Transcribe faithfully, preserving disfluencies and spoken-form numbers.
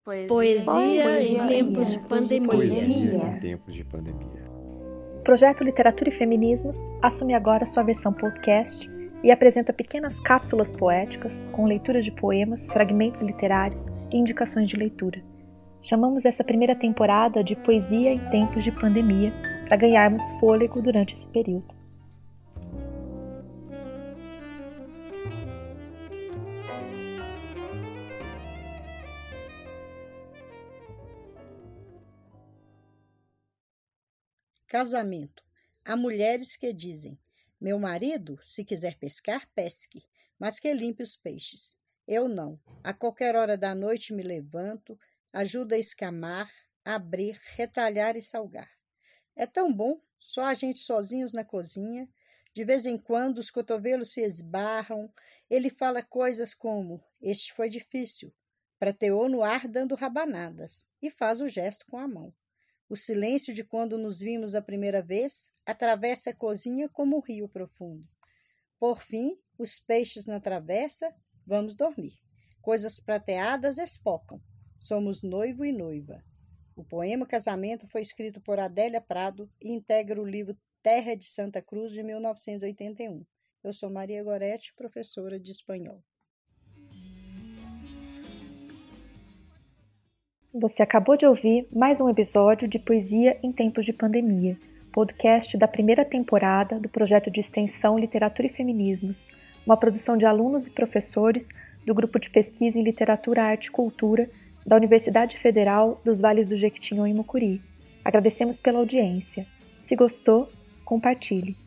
Poesia em tempos de pandemia. Poesia em tempos de pandemia. O projeto Literatura e Feminismos assume agora sua versão podcast e apresenta pequenas cápsulas poéticas com leituras de poemas, fragmentos literários e indicações de leitura. Chamamos essa primeira temporada de Poesia em Tempos de Pandemia para ganharmos fôlego durante esse período. Casamento. Há mulheres que dizem: meu marido, se quiser pescar, pesque, mas que limpe os peixes. Eu não. A qualquer hora da noite me levanto, ajudo a escamar, abrir, retalhar e salgar. É tão bom, só a gente sozinhos na cozinha. De vez em quando os cotovelos se esbarram. Ele fala coisas como: este foi difícil. Prateou no ar dando rabanadas e faz o gesto com a mão. O silêncio de quando nos vimos a primeira vez atravessa a cozinha como um rio profundo. Por fim, os peixes na travessa, vamos dormir. Coisas prateadas espocam. Somos noivo e noiva. O poema Casamento foi escrito por Adélia Prado e integra o livro Terra de Santa Cruz, de mil novecentos e oitenta e um. Eu sou Maria Goretti, professora de espanhol. Você acabou de ouvir mais um episódio de Poesia em Tempos de Pandemia, podcast da primeira temporada do projeto de extensão Literatura e Feminismos, uma produção de alunos e professores do Grupo de Pesquisa em Literatura, Arte e Cultura da Universidade Federal dos Vales do Jequitinhonha e Mucuri. Agradecemos pela audiência. Se gostou, compartilhe.